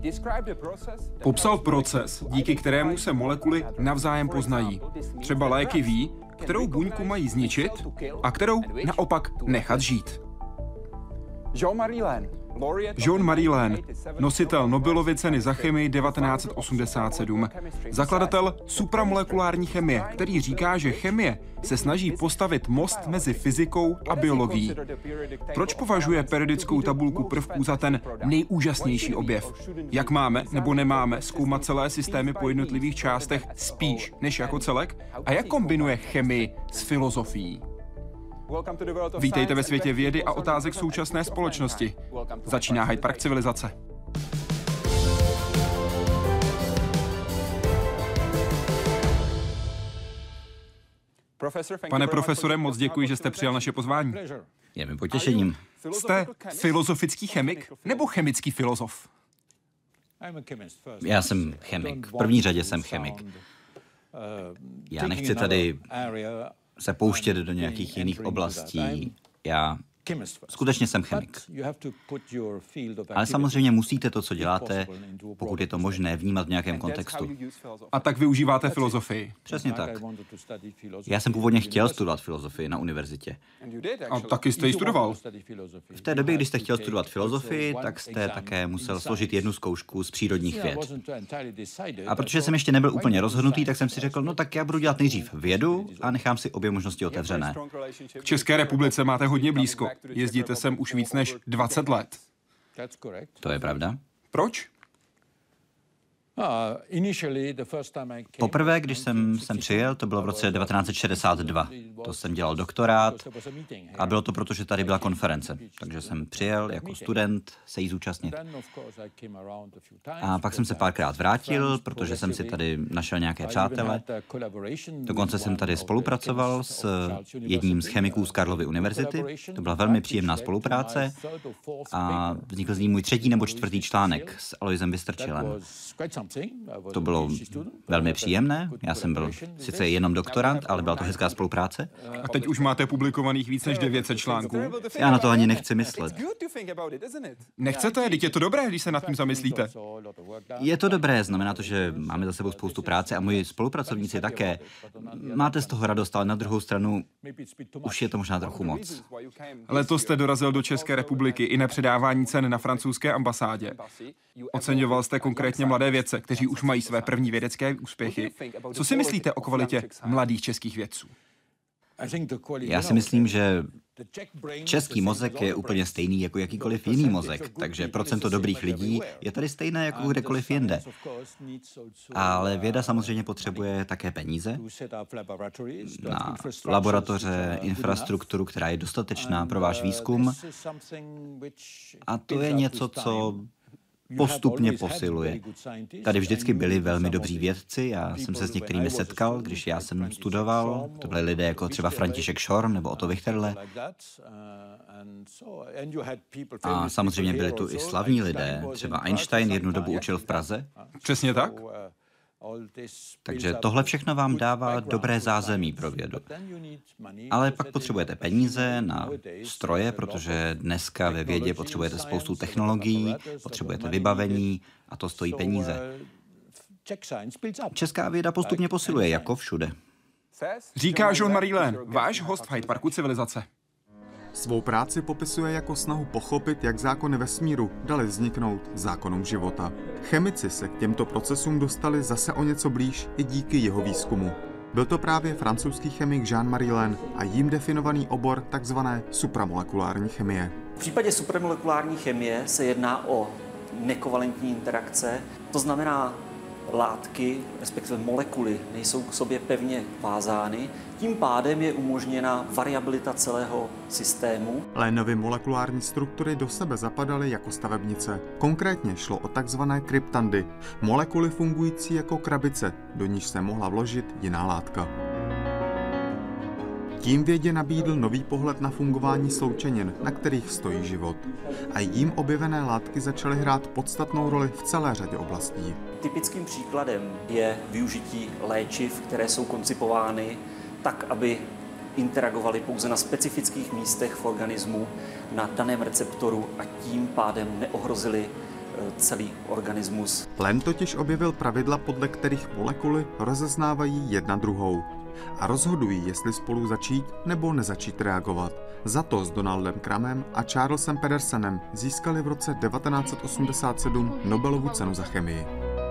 Popsal proces, díky kterému se molekuly navzájem poznají. Třeba léky ví, kterou buňku mají zničit a kterou naopak nechat žít. Jean-Marie Lehn, nositel Nobelovy ceny za chemii 1987, zakladatel supramolekulární chemie, který říká, že chemie se snaží postavit most mezi fyzikou a biologií. Proč považuje periodickou tabulku prvků za ten nejúžasnější objev? Jak máme nebo nemáme zkoumat celé systémy po jednotlivých částech spíš než jako celek? A jak kombinuje chemii s filozofií? Vítejte ve světě vědy a otázek současné společnosti. Začíná Hyde Park civilizace. Pane profesore, moc děkuji, že jste přijal naše pozvání. Je mi potěšením. Jste filozofický chemik nebo chemický filozof? Já jsem chemik. V první řadě jsem chemik. Já nechci tady se pouštět do nějakých jiných oblastí. Já skutečně jsem chemik. Ale samozřejmě musíte to, co děláte, pokud je to možné, vnímat v nějakém kontextu. A tak využíváte filozofii. Přesně tak. Já jsem původně chtěl studovat filozofii na univerzitě. A taky jste ji studoval. V té době, když jste chtěl studovat filozofii, tak jste také musel složit jednu zkoušku z přírodních věd. A protože jsem ještě nebyl úplně rozhodnutý, tak jsem si řekl, no tak já budu dělat nejdřív vědu a nechám si obě možnosti otevřené. K České republice máte hodně blízko. Jezdíte sem už víc než 20 let. To je pravda. Proč? Poprvé, když jsem sem přijel, to bylo v roce 1962. To jsem dělal doktorát a bylo to proto, že tady byla konference. Takže jsem přijel jako student se jí zúčastnit. A pak jsem se párkrát vrátil, protože jsem si tady našel nějaké přátele. Dokonce jsem tady spolupracoval s jedním z chemiků z Karlovy univerzity. To byla velmi příjemná spolupráce a vznikl z ní můj 3. nebo 4. článek s Aloisem Vystrčilem. To bylo velmi příjemné. Já jsem byl sice jenom doktorant, ale byla to hezká spolupráce. A teď už máte publikovaných víc než 900 článků. Já na to ani nechci myslet. Nechcete? Vždyť je to dobré, když se nad tím zamyslíte. Je to dobré, znamená to, že máme za sebou spoustu práce a moji spolupracovníci také. Máte z toho radost, ale na druhou stranu už je to možná trochu moc. Letos jste dorazil do České republiky i na předávání cen na francouzské ambasádě. Oceňoval jste konkrétně mladé vědce, kteří už mají své první vědecké úspěchy. Co si myslíte o kvalitě mladých českých vědců? Já si myslím, že český mozek je úplně stejný jako jakýkoliv jiný mozek, takže procento dobrých lidí je tady stejné jako kdekoliv jinde. Ale věda samozřejmě potřebuje také peníze na laboratoře, infrastrukturu, která je dostatečná pro váš výzkum. A to je něco, co postupně posiluje. Tady vždycky byli velmi dobří vědci, já jsem se s některými setkal, když já jsem studoval. To byli lidé jako třeba František Schorn nebo Otto Wichterle. A samozřejmě byli tu i slavní lidé, třeba Einstein jednu dobu učil v Praze. Přesně tak. Takže tohle všechno vám dává dobré zázemí pro vědu. Ale pak potřebujete peníze na stroje, protože dneska ve vědě potřebujete spoustu technologií, potřebujete vybavení a to stojí peníze. Česká věda postupně posiluje, jako všude. Říká Jean-Marie Lehn, váš host v Hyde Parku civilizace. Svou práci popisuje jako snahu pochopit, jak zákony vesmíru daly vzniknout zákonům života. Chemici se k těmto procesům dostali zase o něco blíž i díky jeho výzkumu. Byl to právě francouzský chemik Jean-Marie Lehn a jím definovaný obor takzvané supramolekulární chemie. V případě supramolekulární chemie se jedná o nekovalentní interakce, to znamená látky, respektive molekuly, nejsou k sobě pevně vázány, tím pádem je umožněna variabilita celého systému. Lehnovy molekulární struktury do sebe zapadaly jako stavebnice. Konkrétně šlo o takzvané kryptandy, molekuly fungující jako krabice, do níž se mohla vložit jiná látka. Tím vědě nabídl nový pohled na fungování sloučenin, na kterých stojí život. A jím objevené látky začaly hrát podstatnou roli v celé řadě oblastí. Typickým příkladem je využití léčiv, které jsou koncipovány tak, aby interagovaly pouze na specifických místech v organismu, na daném receptoru a tím pádem neohrozily celý organismus. Len totiž objevil pravidla, podle kterých molekuly rozeznávají jedna druhou a rozhodují, jestli spolu začít nebo nezačít reagovat. Za to s Donaldem Cramem a Charlesem Pedersenem získali v roce 1987 Nobelovu cenu za chemii.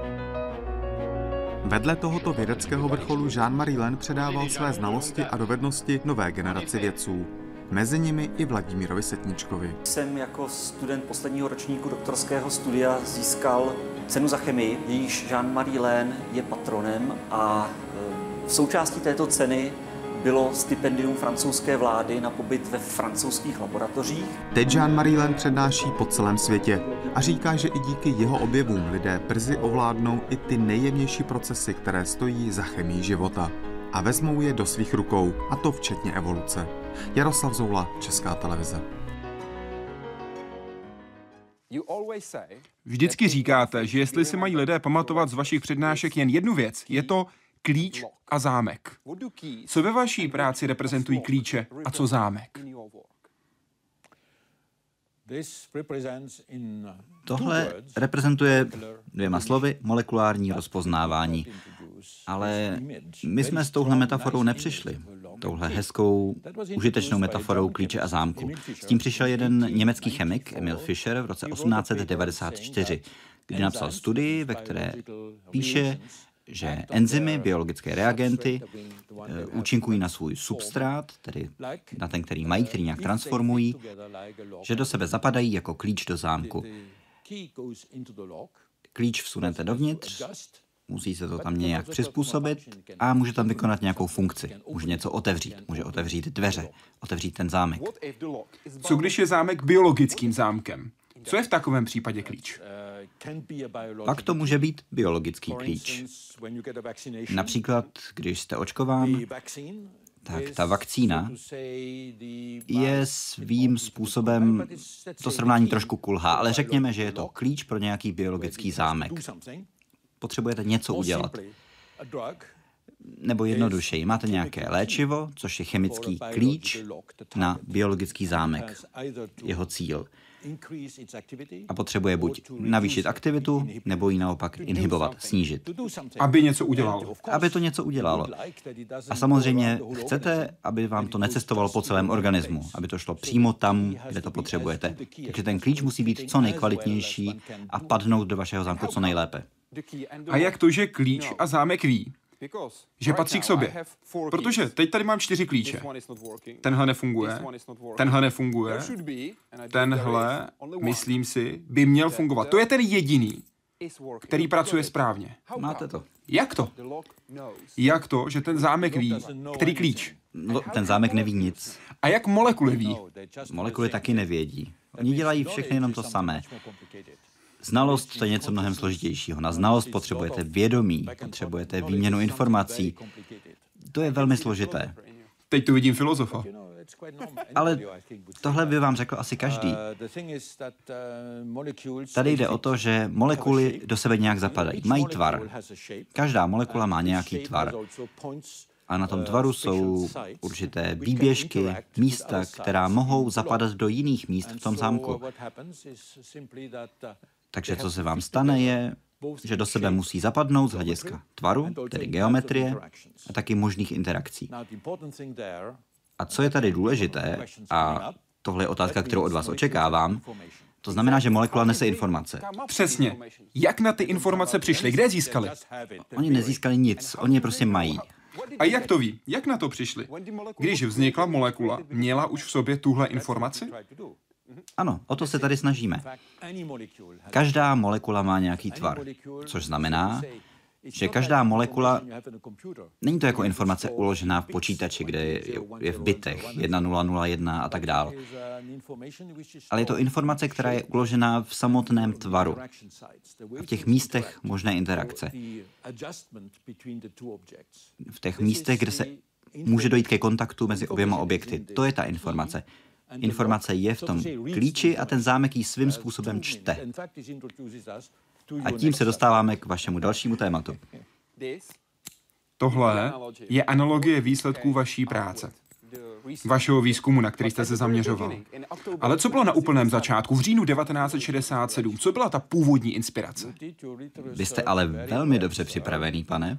Vedle tohoto vědeckého vrcholu Jean-Marie Len předával své znalosti a dovednosti nové generaci vědců. Mezi nimi i Vladimírovi Setničkovi. Jsem jako student posledního ročníku doktorského studia získal cenu za chemii, jejíž Jean-Marie Len je patronem, a v součástí této ceny bylo stipendium francouzské vlády na pobyt ve francouzských laboratořích. Teď Jean-Marie Len přednáší po celém světě a říká, že i díky jeho objevům lidé brzy ovládnou i ty nejjemnější procesy, které stojí za chemií života. A vezmou je do svých rukou, a to včetně evoluce. Jaroslav Zoula, Česká televize. Vždycky říkáte, že jestli si mají lidé pamatovat z vašich přednášek jen jednu věc, je to klíč a zámek. Co ve vaší práci reprezentují klíče a co zámek? Tohle reprezentuje dvěma slovy molekulární rozpoznávání. Ale my jsme s touhle metaforou nepřišli. Touhle hezkou, užitečnou metaforou klíče a zámku. S tím přišel jeden německý chemik, Emil Fischer, v roce 1894, kdy napsal studii, ve které píše, že enzymy, biologické reagenty, účinkují na svůj substrát, tedy na ten, který mají, který nějak transformují, že do sebe zapadají jako klíč do zámku. Klíč vsunete dovnitř, musí se to tam nějak přizpůsobit a může tam vykonat nějakou funkci. Může něco otevřít, může otevřít dveře, otevřít ten zámek. Co když je zámek biologickým zámkem? Co je v takovém případě klíč? Pak to může být biologický klíč. Například, když jste očkován, tak ta vakcína je svým způsobem, to srovnání trošku kulhá, ale řekněme, že je to klíč pro nějaký biologický zámek. Potřebujete něco udělat. Nebo jednodušeji, máte nějaké léčivo, což je chemický klíč na biologický zámek, jeho cíl. A potřebuje buď navýšit aktivitu, nebo ji naopak inhibovat, snížit. Aby něco udělalo. Aby to něco udělalo. A samozřejmě chcete, aby vám to necestovalo po celém organismu, aby to šlo přímo tam, kde to potřebujete. Takže ten klíč musí být co nejkvalitnější a padnout do vašeho zámku co nejlépe. A jak to, že klíč a zámek ví, že patří k sobě? Protože teď tady mám 4 klíče. Tenhle nefunguje, tenhle nefunguje, tenhle, myslím si, by měl fungovat. To je ten jediný, který pracuje správně. Máte to. Jak to? Jak to, že ten zámek ví, který klíč? No, ten zámek neví nic. A jak molekuly ví? Molekuly taky nevědí. Oni dělají všechny jenom to samé. Znalost to je něco mnohem složitějšího. Na znalost potřebujete vědomí, potřebujete výměnu informací. To je velmi složité. Teď tu vidím filozofa. Ale tohle by vám řekl asi každý. Tady jde o to, že molekuly do sebe nějak zapadají. Mají tvar. Každá molekula má nějaký tvar. A na tom tvaru jsou určité výběžky, místa, která mohou zapadat do jiných míst v tom zámku. Takže co se vám stane je, že do sebe musí zapadnout z hlediska tvaru, tedy geometrie, a taky možných interakcí. A co je tady důležité, a tohle je otázka, kterou od vás očekávám, to znamená, že molekula nese informace. Přesně. Jak na ty informace přišli? Kde je získali? Oni nezískali nic, oni je prostě mají. A jak to ví? Jak na to přišli? Když vznikla molekula, měla už v sobě tuhle informaci? Ano, o to se tady snažíme. Každá molekula má nějaký tvar, což znamená, že každá molekula, není to jako informace uložená v počítači, kde je v bitech 1001 a tak dál, ale je to informace, která je uložená v samotném tvaru, v těch místech možné interakce, v těch místech, kde se může dojít ke kontaktu mezi oběma objekty. To je ta informace. Informace je v tom klíči a ten zámek ji svým způsobem čte. A tím se dostáváme k vašemu dalšímu tématu. Tohle je analogie výsledků vaší práce. vašeho výzkumu, na který jste se zaměřoval. Ale co bylo na úplném začátku, v říjnu 1967? Co byla ta původní inspirace? Vy jste ale velmi dobře připravený, pane.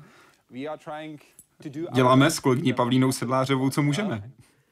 Děláme s kolegyní Pavlínou Sedlářovou, co můžeme.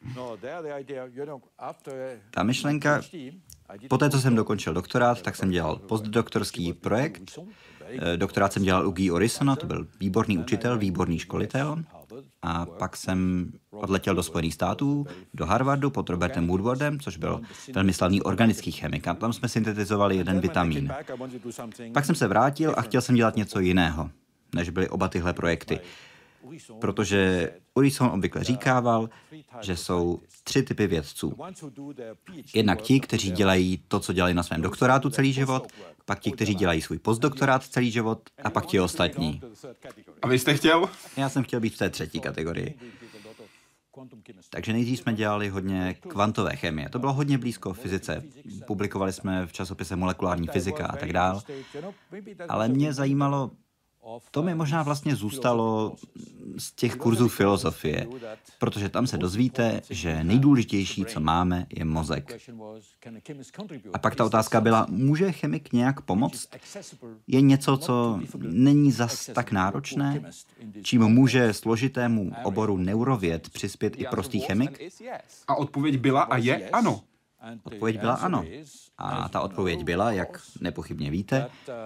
Ta myšlenka, poté co jsem dokončil doktorát, tak jsem dělal postdoktorský projekt. Doktorát jsem dělal u Guy Orisona, to byl výborný učitel, výborný školitel. A pak jsem odletěl do Spojených států, do Harvardu pod Robertem Woodwardem, což byl velmi slavný organický chemik. A tam jsme syntetizovali jeden vitamin. Pak jsem se vrátil a chtěl jsem dělat něco jiného, než byly oba tyhle projekty. Protože Orison obvykle říkával, že jsou 3 typy vědců. Jednak ti, kteří dělají to, co dělají na svém doktorátu celý život, pak ti, kteří dělají svůj postdoktorát celý život a pak ti ostatní. A vy jste chtěl? Já jsem chtěl být v té 3. kategorii. Takže nejdřív jsme dělali hodně kvantové chemie. To bylo hodně blízko fyzice. Publikovali jsme v časopise Molekulární fyzika a tak dál. Ale mě zajímalo, to mi možná vlastně zůstalo z těch kurzů filozofie, protože tam se dozvíte, že nejdůležitější, co máme, je mozek. A pak ta otázka byla, může chemik nějak pomoct? Je něco, co není zas tak náročné? Čím může složitému oboru neurověd přispět i prostý chemik? A odpověď byla a je ano. Odpověď byla ano. A ta odpověď byla, jak nepochybně víte,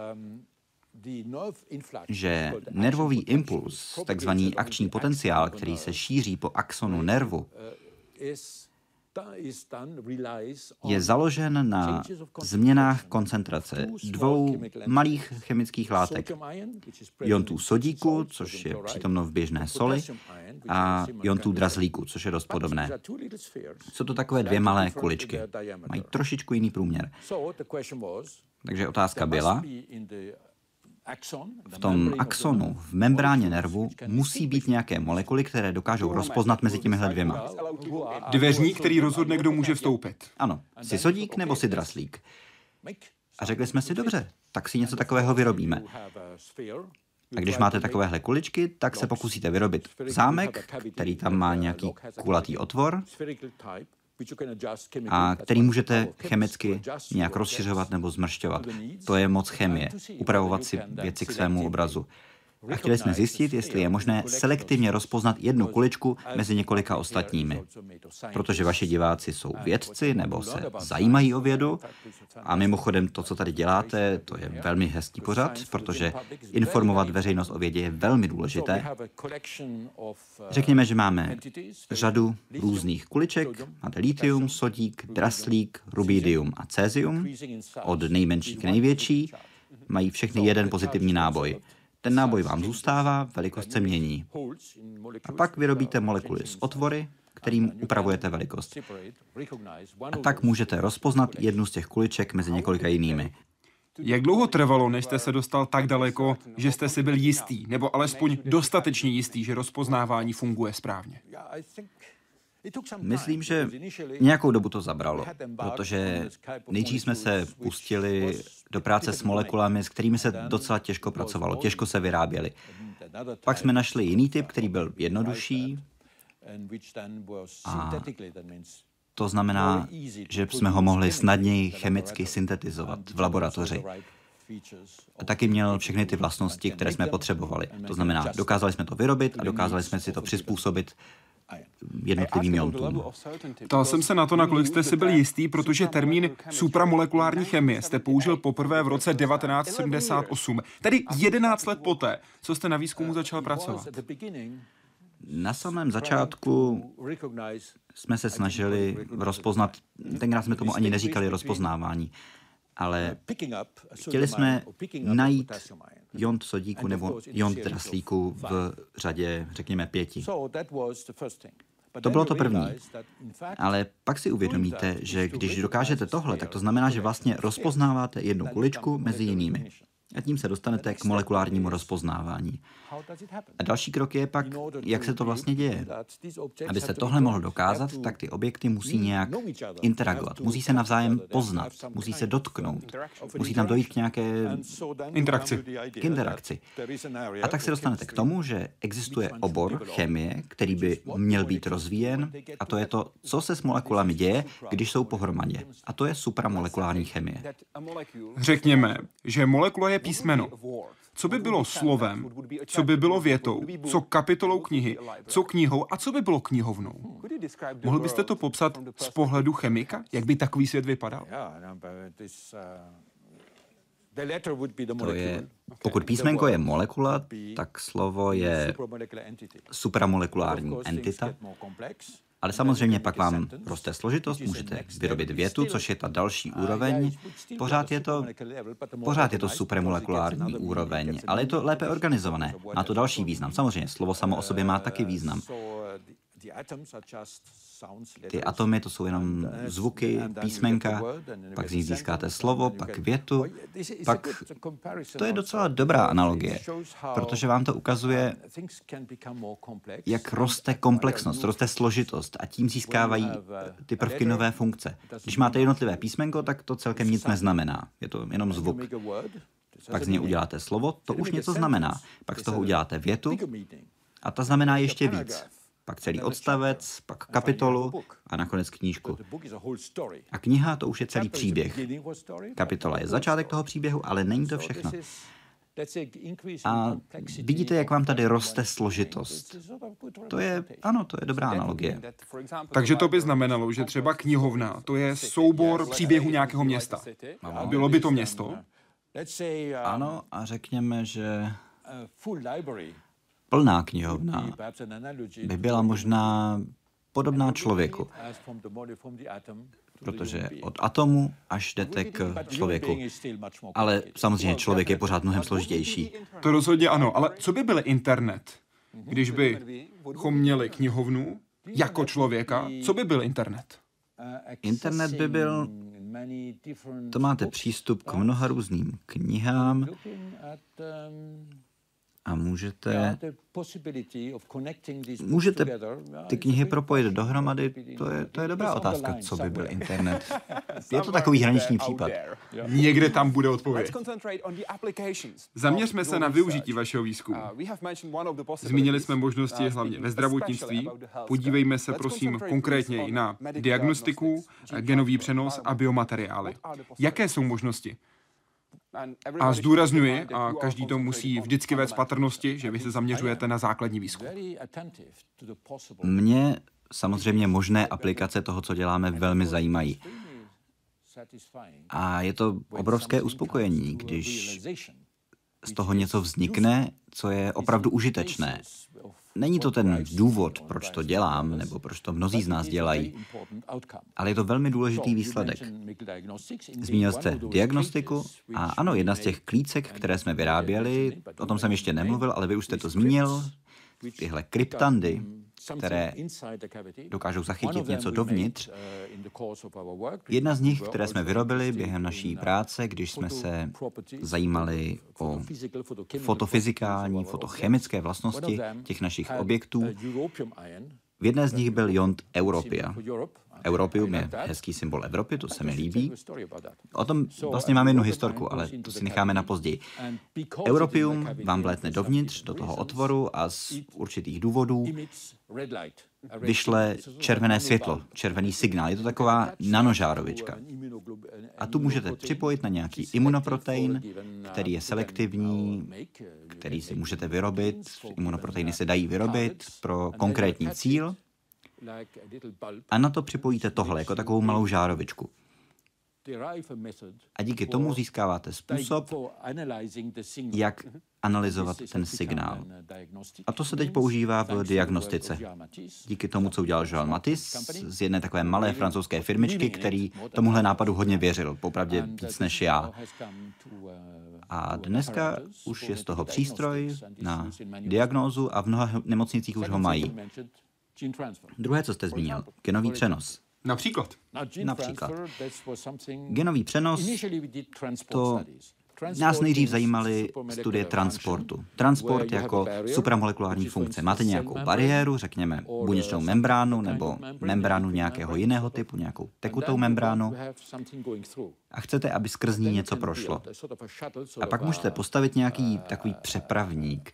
že nervový impuls, takzvaný akční potenciál, který se šíří po axonu nervu, je založen na změnách koncentrace 2 malých chemických látek. Iontů sodíku, což je přítomno v běžné soli, a iontů drazlíku, což je dost podobné. Jsou to takové 2 malé kuličky. Mají trošičku jiný průměr. Takže otázka byla, v tom axonu, v membráně nervu, musí být nějaké molekuly, které dokážou rozpoznat mezi těmihle 2. Dveřník, který rozhodne, kdo může vstoupit. Ano, si sodík nebo si draslík. A řekli jsme si, dobře, tak si něco takového vyrobíme. A když máte takovéhle kuličky, tak se pokusíte vyrobit zámek, který tam má nějaký kulatý otvor, a který můžete chemicky nějak rozšiřovat nebo zmršťovat. To je moc chemie, upravovat si věci k svému obrazu. A chtěli jsme zjistit, jestli je možné selektivně rozpoznat jednu kuličku mezi několika ostatními. Protože vaši diváci jsou vědci nebo se zajímají o vědu. A mimochodem to, co tady děláte, to je velmi hezký pořad, protože informovat veřejnost o vědě je velmi důležité. Řekněme, že máme řadu různých kuliček. Máte litium, sodík, draslík, rubidium a cézium. Od nejmenší k největší. Mají všechny jeden pozitivní náboj. Ten náboj vám zůstává, velikost se mění. A pak vyrobíte molekuly s otvory, kterým upravujete velikost. A tak můžete rozpoznat jednu z těch kuliček mezi několika jinými. Jak dlouho trvalo, než jste se dostal tak daleko, že jste si byl jistý, nebo alespoň dostatečně jistý, že rozpoznávání funguje správně? Myslím, že nějakou dobu to zabralo, protože nejdřív jsme se pustili do práce s molekulami, s kterými se docela těžko pracovalo, těžko se vyráběly. Pak jsme našli jiný typ, který byl jednodušší, a to znamená, že jsme ho mohli snadněji chemicky syntetizovat v laboratoři. A taky měl všechny ty vlastnosti, které jsme potřebovali. To znamená, dokázali jsme to vyrobit a dokázali jsme si to přizpůsobit jednotlivým iontům. Ptal jsem se na to, nakolik jste si byl jistý, protože termín supramolekulární chemie jste použil poprvé v roce 1978, tedy 11 let poté, co jste na výzkumu začal pracovat. Na samém začátku jsme se snažili rozpoznat, tenkrát jsme tomu ani neříkali rozpoznávání, ale chtěli jsme najít iont sodíku nebo iont draslíku v řadě, řekněme, 5. To bylo to první. Ale pak si uvědomíte, že když dokážete tohle, tak to znamená, že vlastně rozpoznáváte jednu kuličku mezi jinými. A tím se dostanete k molekulárnímu rozpoznávání. A další krok je pak, jak se to vlastně děje. Aby se tohle mohlo dokázat, tak ty objekty musí nějak interagovat. Musí se navzájem poznat, musí se dotknout. Musí tam dojít k nějaké interakci. A tak se dostanete k tomu, že existuje obor chemie, který by měl být rozvíjen, a to je to, co se s molekulami děje, když jsou pohromadě. A to je supramolekulární chemie. Řekněme, že molekula je písmeno. Co by bylo slovem, co by bylo větou, co kapitolou knihy, co knihou a co by bylo knihovnou? Mohl byste to popsat z pohledu chemika? Jak by takový svět vypadal? To je, pokud písmenko je molekula, tak slovo je supramolekulární entita. Ale samozřejmě pak vám roste složitost, můžete vyrobit větu, což je ta další úroveň. Pořád je to supramolekulární úroveň, ale je to lépe organizované. Má to další význam. Samozřejmě, slovo samo o sobě má taky význam. Ty atomy, to jsou jenom zvuky, písmenka, pak z nich získáte slovo, pak větu, pak to je docela dobrá analogie, protože vám to ukazuje, jak roste komplexnost, roste složitost a tím získávají ty prvky nové funkce. Když máte jednotlivé písmenko, tak to celkem nic neznamená, je to jenom zvuk. Pak z něj uděláte slovo, to už něco znamená. Pak z toho uděláte větu a ta znamená ještě víc. Pak celý odstavec, pak kapitolu a nakonec knížku. A kniha to už je celý příběh. Kapitola je začátek toho příběhu, ale není to všechno. A vidíte, jak vám tady roste složitost. To je dobrá analogie. Takže to by znamenalo, že třeba knihovna, to je soubor příběhů nějakého města. A bylo by to město? Ano, a řekněme, že plná knihovna by byla možná podobná člověku, protože od atomu až jdete k člověku. Ale samozřejmě člověk je pořád mnohem složitější. To rozhodně ano, ale co by byl internet? Když bychom měli knihovnu jako člověka, co by byl internet? Internet by byl... To máte přístup k mnoha různým knihám a můžete ty knihy propojit dohromady, to je dobrá otázka, co by byl internet. Je to takový hraniční případ. Někde tam bude odpověď. Zaměřme se na využití vašeho výzkumu. Zmínili jsme možnosti hlavně ve zdravotnictví. Podívejme se prosím konkrétně i na diagnostiku, genový přenos a biomateriály. Jaké jsou možnosti? A zdůrazňuji, a každý to musí vždycky vést patrnosti, že vy se zaměřujete na základní výzkum. Mě samozřejmě možné aplikace toho, co děláme, velmi zajímají. A je to obrovské uspokojení, když z toho něco vznikne, co je opravdu užitečné. Není to ten důvod, proč to dělám, nebo proč to mnozí z nás dělají, ale je to velmi důležitý výsledek. Zmínil jste diagnostiku a ano, jedna z těch klícek, které jsme vyráběli, o tom jsem ještě nemluvil, ale vy už jste to zmínil, tyhle kryptandy, které dokážou zachytit něco dovnitř. Jedna z nich, které jsme vyrobili během naší práce, když jsme se zajímali o fotofyzikální, fotochemické vlastnosti těch našich objektů. V jedné z nich byl jont europia. Europium je hezký symbol Evropy, to se mi líbí. O tom vlastně mám jednu historku, ale to si necháme na později. Europium vám vlétne dovnitř, do toho otvoru a z určitých důvodů vyšle červené světlo, červený signál. Je to taková nanožárovička. A tu můžete připojit na nějaký imunoprotein, který je selektivní, který si můžete vyrobit. Imunoproteiny se dají vyrobit pro konkrétní cíl. A na to připojíte tohle, jako takovou malou žárovičku. A díky tomu získáváte způsob, jak analyzovat ten signál. A to se teď používá v diagnostice. Díky tomu, co udělal Joan Matisse z jedné takové malé francouzské firmičky, který tomuhle nápadu hodně věřil, popravdě víc než já. A dneska už je z toho přístroj na diagnózu a v mnoha nemocnicích už ho mají. Druhé, co jste zmínil, genový přenos. Například. Genový přenos, to Nás nejdřív zajímaly studie transportu. Transport jako supramolekulární funkce. Máte nějakou bariéru, řekněme buněčnou membránu nebo membránu nějakého jiného typu, nějakou tekutou membránu a chcete, aby skrz ní něco prošlo. A pak můžete postavit nějaký takový přepravník,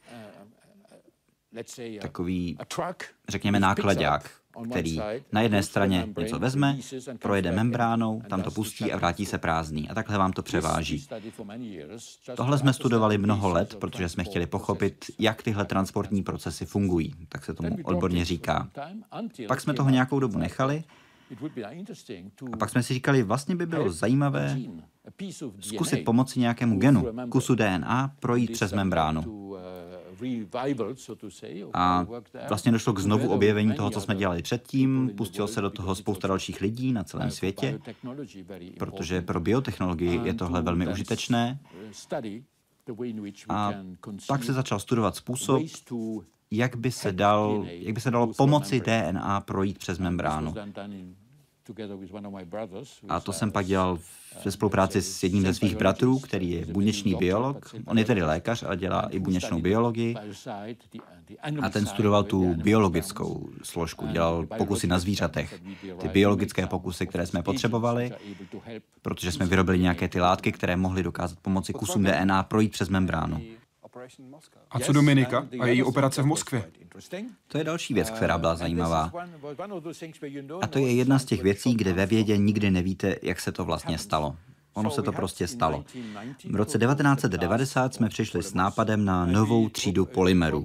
takový, řekněme, náklaďák, který na jedné straně něco vezme, projede membránou, tam to pustí a vrátí se prázdný. A takhle vám to převáží. Tohle jsme studovali mnoho let, protože jsme chtěli pochopit, jak tyhle transportní procesy fungují. Tak se tomu odborně říká. Pak jsme toho nějakou dobu nechali a pak jsme si říkali, vlastně by bylo zajímavé zkusit pomoci nějakému genu, kusu DNA, projít přes membránu. A vlastně došlo k znovu objevení toho, co jsme dělali předtím. Pustilo se do toho spousta dalších lidí na celém světě, protože pro biotechnologii je tohle velmi užitečné. A pak se začal studovat způsob, jak by se dalo pomoci DNA projít přes membránu. A to jsem pak dělal ve spolupráci s jedním ze svých bratrů, který je buněčný biolog. On je tedy lékař, ale dělá i buněčnou biologii. A ten studoval tu biologickou složku, dělal pokusy na zvířatech. Ty biologické pokusy, které jsme potřebovali, protože jsme vyrobili nějaké ty látky, které mohly dokázat pomoci kusům DNA projít přes membránu. A co Dominika a její operace v Moskvě? To je další věc, která byla zajímavá. A to je jedna z těch věcí, kde ve vědě nikdy nevíte, jak se to vlastně stalo. Ono se to prostě stalo. V roce 1990 jsme přišli s nápadem na novou třídu polymerů.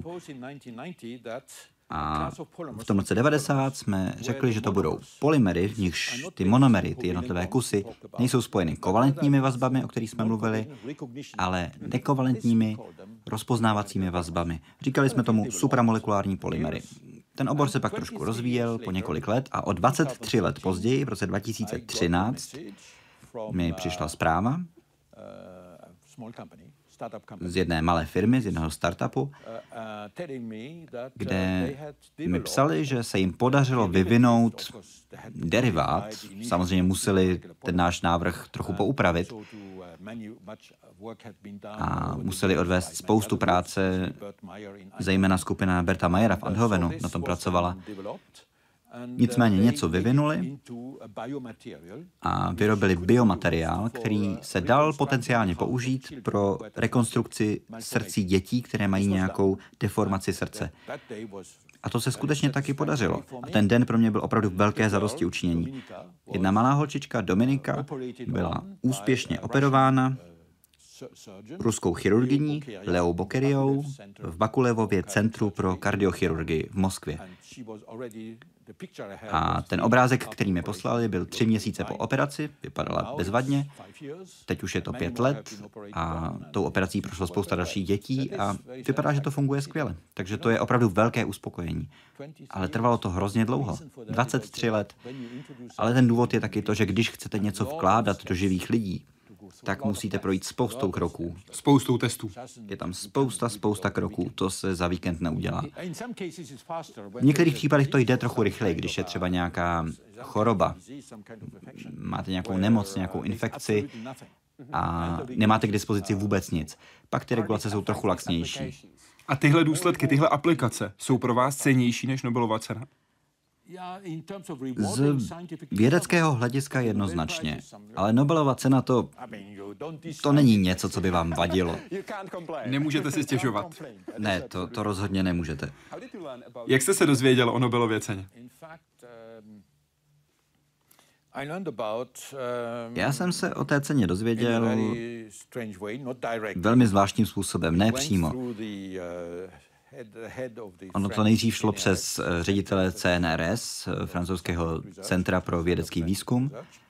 A v tom roce 90 jsme řekli, že to budou polymery, v nichž ty monomery, ty jednotlivé kusy, nejsou spojeny kovalentními vazbami, o kterých jsme mluvili, ale nekovalentními rozpoznávacími vazbami. Říkali jsme tomu supramolekulární polymery. Ten obor se pak trošku rozvíjel po několik let a o 23 let později, v roce 2013, mi přišla zpráva z jedné malé firmy, z jednoho startupu, kde mi psali, že se jim podařilo vyvinout derivát. Samozřejmě museli ten náš návrh trochu poupravit a museli odvést spoustu práce, zejména skupina Berta Mayera v Eindhovenu na tom pracovala. Nicméně něco vyvinuli a vyrobili biomateriál, který se dal potenciálně použít pro rekonstrukci srdcí dětí, které mají nějakou deformaci srdce. A to se skutečně taky podařilo. A ten den pro mě byl opravdu velké zadosti učinění. Jedna malá holčička, Dominika, byla úspěšně operována ruskou chirurgyní Leou Bokerijou v Bakulevově centru pro kardiochirurgii v Moskvě. A ten obrázek, který mi poslali, byl 3 měsíce po operaci, vypadala bezvadně. Teď už je to 5 let a tou operací prošlo spousta dalších dětí a vypadá, že to funguje skvěle. Takže to je opravdu velké uspokojení. Ale trvalo to hrozně dlouho, 23 let. Ale ten důvod je taky to, že když chcete něco vkládat do živých lidí, tak musíte projít spoustou kroků. Spoustou testů. Je tam spousta kroků, to se za víkend neudělá. V některých případech to jde trochu rychleji, když je třeba nějaká choroba, máte nějakou nemoc, nějakou infekci a nemáte k dispozici vůbec nic. Pak ty regulace jsou trochu laxnější. A tyhle důsledky, tyhle aplikace jsou pro vás cennější než Nobelova cena? Z vědeckého hlediska jednoznačně, ale Nobelova cena to není něco, co by vám vadilo. Nemůžete si stěžovat. Ne, to rozhodně nemůžete. Jak jste se dozvěděl o Nobelově ceně? Já jsem se o té ceně dozvěděl velmi zvláštním způsobem, ne přímo. Ono to nejdřív šlo přes ředitele CNRS, francouzského centra pro vědecký výzkum.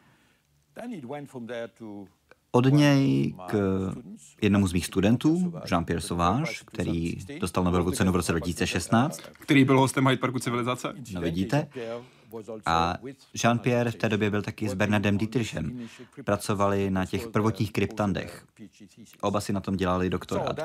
Od něj k jednomu z mých studentů, Jean-Pierre Sauvage, který dostal Nobelovu cenu v roce 2016. Který byl hostem Hyde Parku civilizace. No vidíte. A Jean-Pierre v té době byl taky s Bernardem Dietrichem. Pracovali na těch prvotních kryptandech. Oba si na tom dělali doktorát.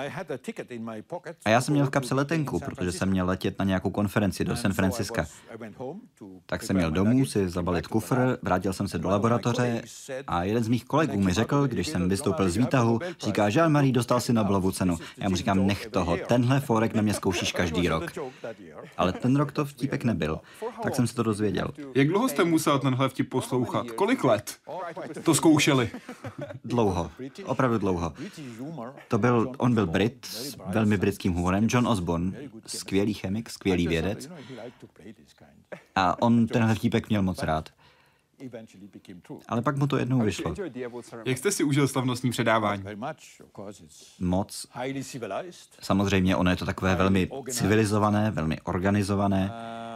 A já jsem měl v kapse letenku, protože jsem měl letět na nějakou konferenci do San Francisca. Tak jsem měl domů si zabalit kufr, vrátil jsem se do laboratoře a jeden z mých kolegů mi řekl, když jsem vystoupil z výtahu, říká, Jean-Marie, dostal si Nobelovu cenu. Já mu říkám, nech toho, tenhle fórek na mě zkoušíš každý rok. Ale ten rok to vtípek nebyl, tak jsem se to dozvěděl. Jak dlouho jste musel tenhle vtip poslouchat? Kolik let to zkoušeli? Dlouho, opravdu dlouho. On byl Brit s velmi britským humorem, John Osborne, skvělý chemik, skvělý vědec. A on tenhle vtípek měl moc rád. Ale pak mu to jednou vyšlo. Jak jste si užil slavnostní předávání? Moc. Samozřejmě ono je to takové velmi civilizované, velmi organizované.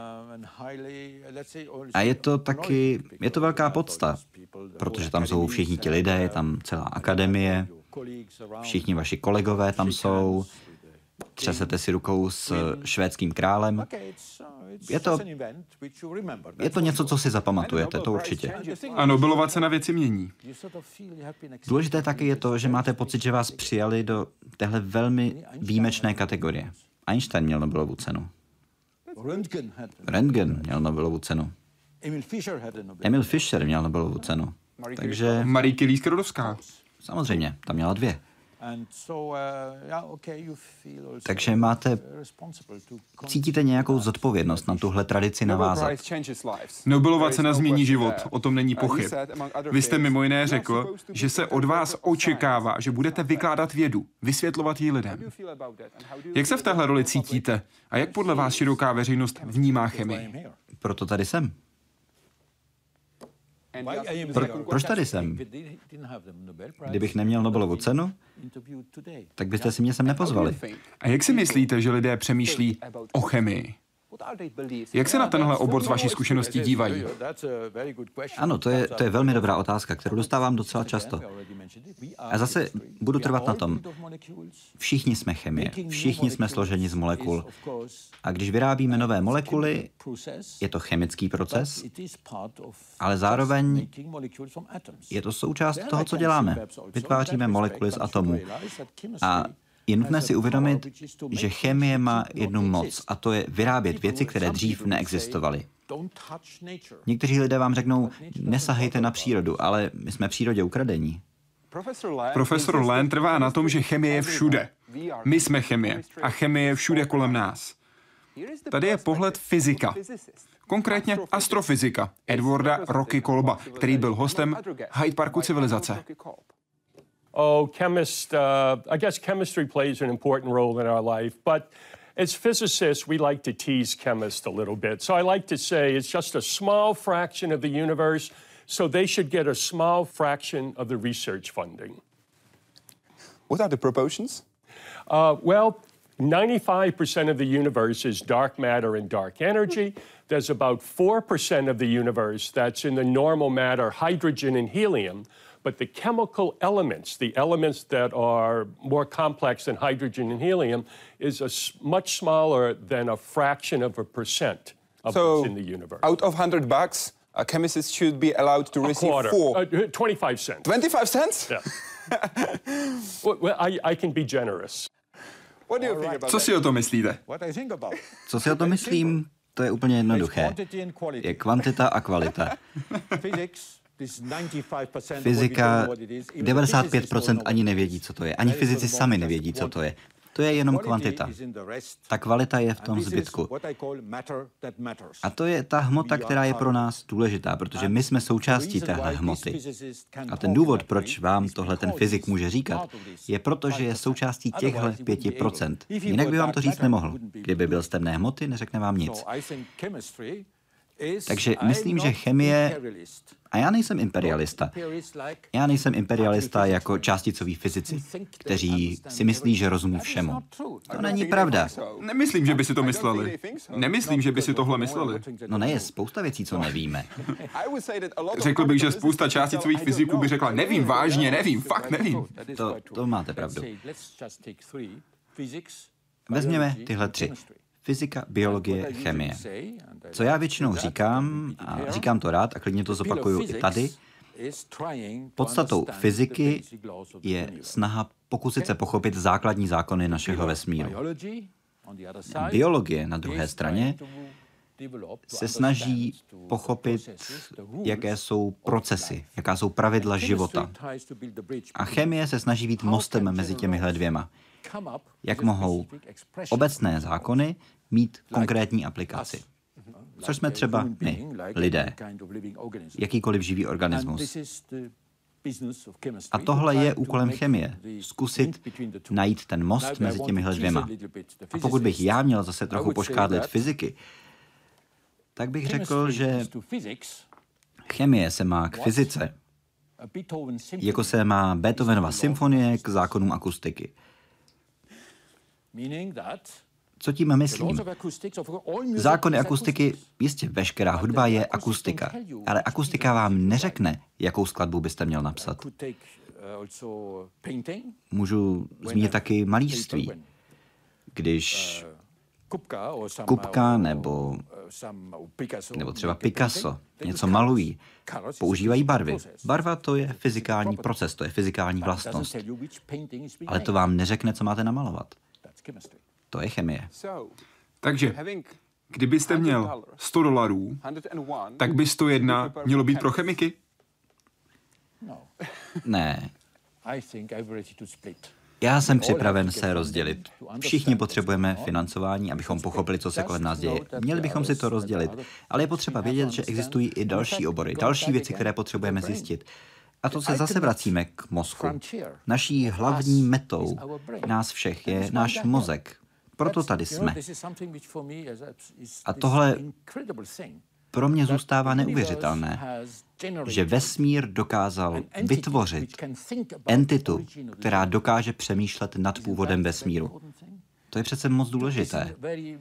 A je to velká podsta, protože tam jsou všichni ti lidé, je tam celá akademie, všichni vaši kolegové tam jsou, třesete si rukou s švédským králem. Je to něco, co si zapamatujete, to určitě. A Nobelova cena věci mění. Důležité taky je to, že máte pocit, že vás přijali do téhle velmi výjimečné kategorie. Einstein měl Nobelovu cenu. Röntgen měl Nobelovu cenu. Emil Fischer měl Nobelovu cenu. Takže Marie Curie-Skłodowská. Samozřejmě, tam měla 2. Takže cítíte nějakou zodpovědnost na tuhle tradici navázat. Nobelova cena změní život, o tom není pochyb. Vy jste mimo jiné řekl, že se od vás očekává, že budete vykládat vědu, vysvětlovat ji lidem. Jak se v téhle roli cítíte a jak podle vás široká veřejnost vnímá chemii? Proto tady jsem. Proč tady jsem? Kdybych neměl Nobelovu cenu, tak byste si mě sem nepozvali. A jak si myslíte, že lidé přemýšlí o chemii? Jak se na tenhle obor z vaší zkušenosti dívají? Ano, to je velmi dobrá otázka, kterou dostávám docela často. A zase budu trvat na tom. Všichni jsme chemie, všichni jsme složeni z molekul. A když vyrábíme nové molekuly, je to chemický proces, ale zároveň je to součást toho, co děláme. Vytváříme molekuly z atomů. A je nutné si uvědomit, že chemie má jednu moc, a to je vyrábět věci, které dřív neexistovaly. Někteří lidé vám řeknou, nesahejte na přírodu, ale my jsme přírodě ukradení. Profesor Land trvá na tom, že chemie je všude. My jsme chemie a chemie je všude kolem nás. Tady je pohled fyzika. Konkrétně astrofyzika Edwarda Rocky Kolba, který byl hostem Hyde Parku civilizace. I guess chemistry plays an important role in our life, but as physicists, we like to tease chemists a little bit. So I like to say it's just a small fraction of the universe, so they should get a small fraction of the research funding. What are the proportions? Well, 95% of the universe is dark matter and dark energy. There's about 4% of the universe that's in the normal matter, hydrogen and helium. But the chemical elements, the elements that are more complex than hydrogen and helium, is much smaller than a fraction of a percent of what's in the universe. Out of $100, a chemist should be allowed to receive 25 cents. 25 cents? Yeah. Well, I can be generous. Co si o to myslíte? Co si o to myslím? To je úplně jednoduché. Je kvantita a kvalita. Fyzika 95% ani nevědí, co to je. Ani fyzici sami nevědí, co to je. To je jenom kvantita. Ta kvalita je v tom zbytku. A to je ta hmota, která je pro nás důležitá, protože my jsme součástí téhle hmoty. A ten důvod, proč vám tohle ten fyzik může říkat, je proto, že je součástí těchto 5%. Jinak by vám to říct nemohl. Kdyby byl z temné hmoty, neřekne vám nic. Takže myslím, že chemie... A já nejsem imperialista. Já nejsem imperialista jako částicoví fyzici, kteří si myslí, že rozumí všemu. To není pravda. Nemyslím, že by si to mysleli. Nemyslím, že by si tohle mysleli. No ne, je spousta věcí, co nevíme. Řekl bych, že spousta částicových fyziků by řekla, nevím, vážně, nevím, fakt nevím. To máte pravdu. Vezměme tyhle 3. Fyzika, biologie, chemie. Co já většinou říkám, a říkám to rád a klidně to zopakuju i tady, podstatou fyziky je snaha pokusit se pochopit základní zákony našeho vesmíru. Biologie na druhé straně se snaží pochopit, jaké jsou procesy, jaká jsou pravidla života. A chemie se snaží být mostem mezi těmihle dvěma. Jak mohou obecné zákony mít konkrétní aplikaci. Což jsme třeba my, lidé, jakýkoliv živý organismus. A tohle je úkolem chemie. Zkusit najít ten most mezi těmihle dvěma. A pokud bych já měl zase trochu poškádlit fyziky, tak bych řekl, že chemie se má k fyzice, jako se má Beethovenova symfonie k zákonům akustiky. Co tím myslím? Zákony akustiky, jistě veškerá hudba je akustika, ale akustika vám neřekne, jakou skladbu byste měl napsat. Můžu zmínit taky malířství. Když Kupka nebo třeba Picasso něco malují, používají barvy. Barva to je fyzikální proces, to je fyzikální vlastnost. Ale to vám neřekne, co máte namalovat. To je chemie. Takže, kdybyste měl $100, tak by 101 mělo být pro chemiky? Ne. Já jsem připraven se rozdělit. Všichni potřebujeme financování, abychom pochopili, co se kolem nás děje. Měli bychom si to rozdělit. Ale je potřeba vědět, že existují i další obory, další věci, které potřebujeme zjistit. A to se zase vracíme k mozku. Naší hlavní metou nás všech je náš mozek. Proto tady jsme. A tohle pro mě zůstává neuvěřitelné, že vesmír dokázal vytvořit entitu, která dokáže přemýšlet nad původem vesmíru. To je přece moc důležité.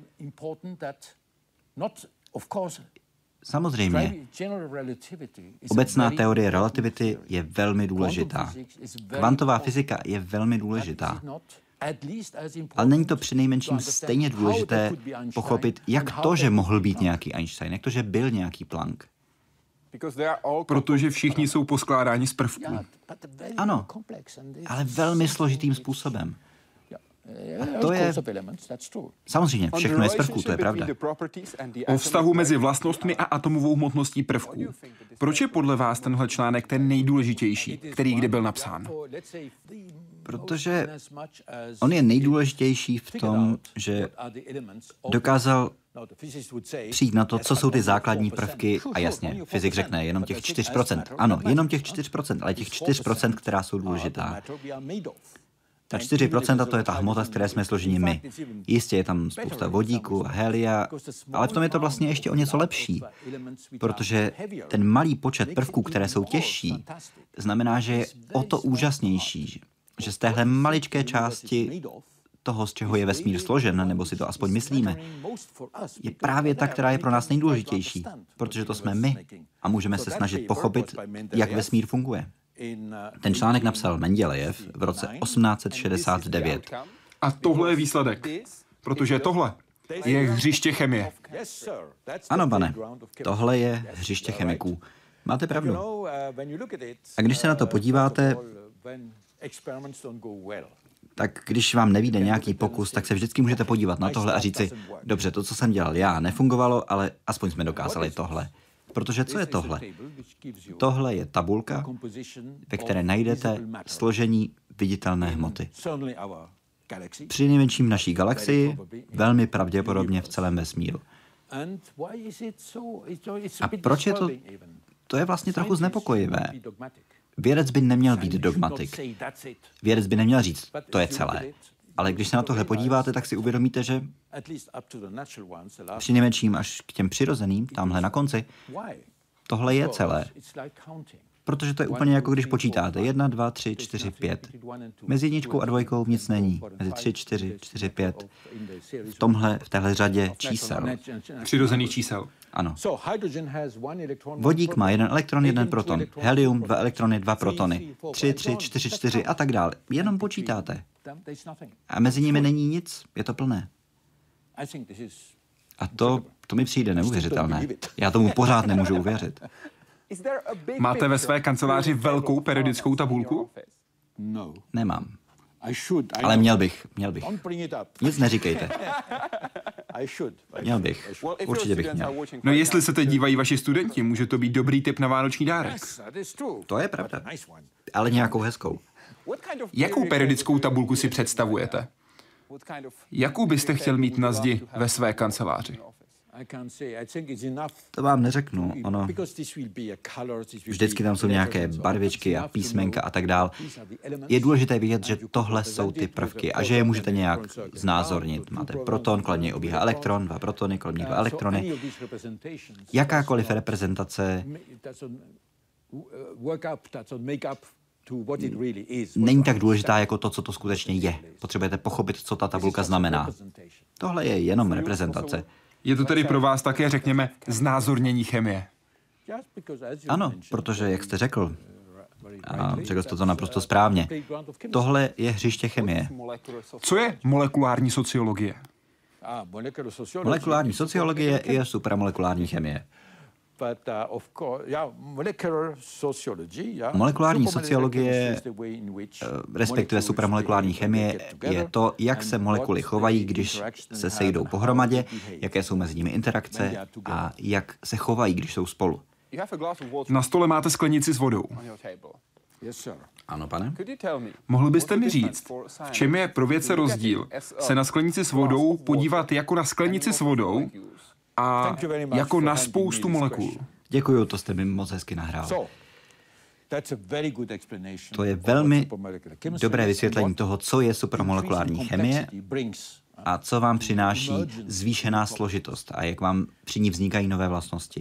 Samozřejmě, obecná teorie relativity je velmi důležitá. Kvantová fyzika je velmi důležitá. Ale není to přinejmenším stejně důležité pochopit, jak to, že mohl být nějaký Einstein, jak to, že byl nějaký Planck. Protože všichni jsou poskládáni z prvků. Ano, ale velmi složitým způsobem. A to je... Samozřejmě, všechno je z prvků, to je pravda. O vztahu mezi vlastnostmi a atomovou hmotností prvků. Proč je podle vás tenhle článek ten nejdůležitější, který kdy byl napsán? Protože on je nejdůležitější v tom, že dokázal přijít na to, co jsou ty základní prvky. A jasně, fyzik řekne jenom těch 4%. Ano, jenom těch 4%, ale těch 4%, která jsou důležitá. Ta 4% to je ta hmota, z které jsme složeni my. Jistě je tam spousta vodíku a helia, ale v tom je to vlastně ještě o něco lepší, protože ten malý počet prvků, které jsou těžší, znamená, že je o to úžasnější, že z téhle maličké části toho, z čeho je vesmír složen, nebo si to aspoň myslíme, je právě ta, která je pro nás nejdůležitější, protože to jsme my a můžeme se snažit pochopit, jak vesmír funguje. Ten článek napsal Mendelejev v roce 1869. A tohle je výsledek, protože tohle je hřiště chemie. Ano, pane, tohle je hřiště chemiků. Máte pravdu. A když se na to podíváte, tak když vám nevyjde nějaký pokus, tak se vždycky můžete podívat na tohle a říct si, dobře, to, co jsem dělal já, nefungovalo, ale aspoň jsme dokázali tohle. Protože co je tohle? Tohle je tabulka, ve které najdete složení viditelné hmoty. Přinejmenším v naší galaxii, velmi pravděpodobně v celém vesmíru. A proč je to? To je vlastně trochu znepokojivé. Vědec by neměl být dogmatik. Vědec by neměl říct, to je celé. Ale když se na tohle podíváte, tak si uvědomíte, že přinejmenším až k těm přirozeným, tamhle na konci, tohle je celé. Protože to je úplně jako když počítáte 1, 2, 3, 4, 5. Mezi jedničkou a dvojkou nic není. Mezi 3, 4, 4, 5. V téhle řadě čísel. Přirozených čísel. Ano. Vodík má 1 elektron, 1 proton. Helium, 2 elektrony, 2 protony. 3, 3, 4, 4 a tak dále. Jenom počítáte. A mezi nimi není nic, je to plné. A to mi přijde neuvěřitelné. Já tomu pořád nemůžu uvěřit. Máte ve své kanceláři velkou periodickou tabulku? Nemám. Ale měl bych. Nic neříkejte. Měl bych. Určitě bych měl. No jestli se teď dívají vaši studenti, může to být dobrý tip na vánoční dárek. To je pravda. Ale nějakou hezkou. Jakou periodickou tabulku si představujete? Jakou byste chtěl mít na zdi ve své kanceláři? To vám neřeknu. Ono, vždycky tam jsou nějaké barvičky a písmenka a tak dál. Je důležité vidět, že tohle jsou ty prvky a že je můžete nějak znázornit. Máte proton, kolem něj obíhá elektron, 2 protony, kolem něj 2 elektrony. Jakákoliv reprezentace není tak důležitá jako to, co to skutečně je. Potřebujete pochopit, co ta tabulka znamená. Tohle je jenom reprezentace. Je to tedy pro vás také, řekněme, znázornění chemie? Ano, protože, jak jste řekl, a řekl jste to naprosto správně, tohle je hřiště chemie. Co je molekulární sociologie? Molekulární sociologie je supramolekulární chemie. Molekulární sociologie, respektive supramolekulární chemie, je to, jak se molekuly chovají, když se sejdou pohromadě, jaké jsou mezi nimi interakce a jak se chovají, když jsou spolu. Na stole máte sklenici s vodou. Ano, pane? Mohl byste mi říct, v čem je pro vědce rozdíl se na sklenici s vodou podívat jako na sklenici s vodou a jako na spoustu molekul? Děkuju, to jste mi moc hezky nahrál. To je velmi dobré vysvětlení toho, co je supramolekulární chemie a co vám přináší zvýšená složitost a jak vám při ní vznikají nové vlastnosti.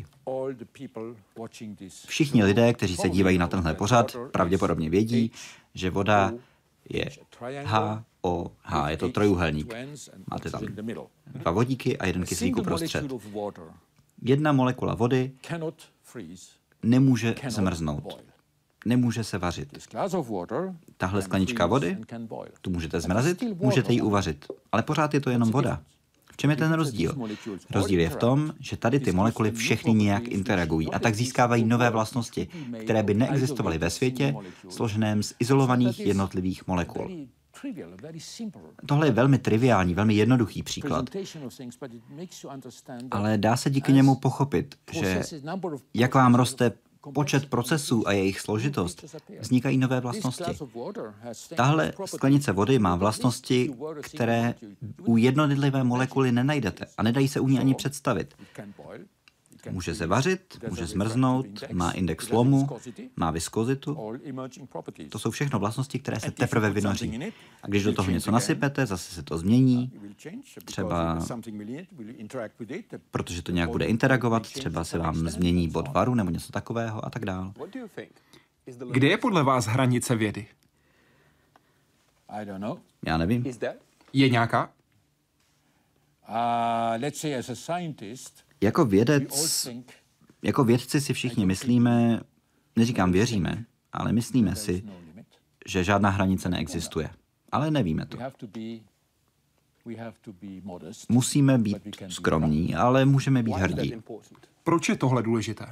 Všichni lidé, kteří se dívají na tenhle pořad, pravděpodobně vědí, že voda je HOH, je to trojúhelník. Máte tam 2 vodíky a 1 kyslík uprostřed. 1 molekula vody nemůže zmrznout. Nemůže se vařit. Tahle sklenička vody, tu můžete zmrazit, můžete ji uvařit, ale pořád je to jenom voda. V čem je ten rozdíl? Rozdíl je v tom, že tady ty molekuly všechny nějak interagují a tak získávají nové vlastnosti, které by neexistovaly ve světě, složeném z izolovaných jednotlivých molekul. Tohle je velmi triviální, velmi jednoduchý příklad, ale dá se díky němu pochopit, že jak vám roste počet procesů a jejich složitost, vznikají nové vlastnosti. Tahle sklenice vody má vlastnosti, které u jednotlivé molekuly nenajdete a nedají se u ní ani představit. Může se vařit, může zmrznout, má index lomu, má viskozitu. To jsou všechno vlastnosti, které se teprve vynoří. A když do toho něco nasypete, zase se to změní. Třeba, protože to nějak bude interagovat, třeba se vám změní bod varu nebo něco takového a tak dále. Kde je podle vás hranice vědy? Já nevím. Je nějaká? Jako vědci si všichni myslíme, neříkám věříme, ale myslíme si, že žádná hranice neexistuje. Ale nevíme to. Musíme být skromní, ale můžeme být hrdí. Proč je tohle důležité?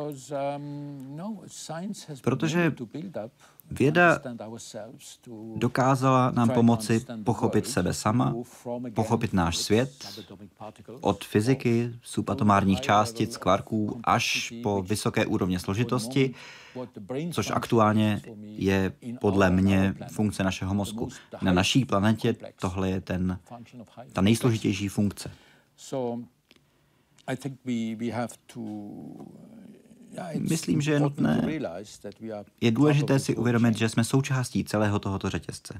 Protože věda dokázala nám pomoci pochopit sebe sama, pochopit náš svět, od fyziky, subatomárních částic, kvarků, až po vysoké úrovně složitosti, což aktuálně je podle mě funkce našeho mozku. Na naší planetě tohle je ta nejsložitější funkce. Myslím, že je nutné, je důležité si uvědomit, že jsme součástí celého tohoto řetězce.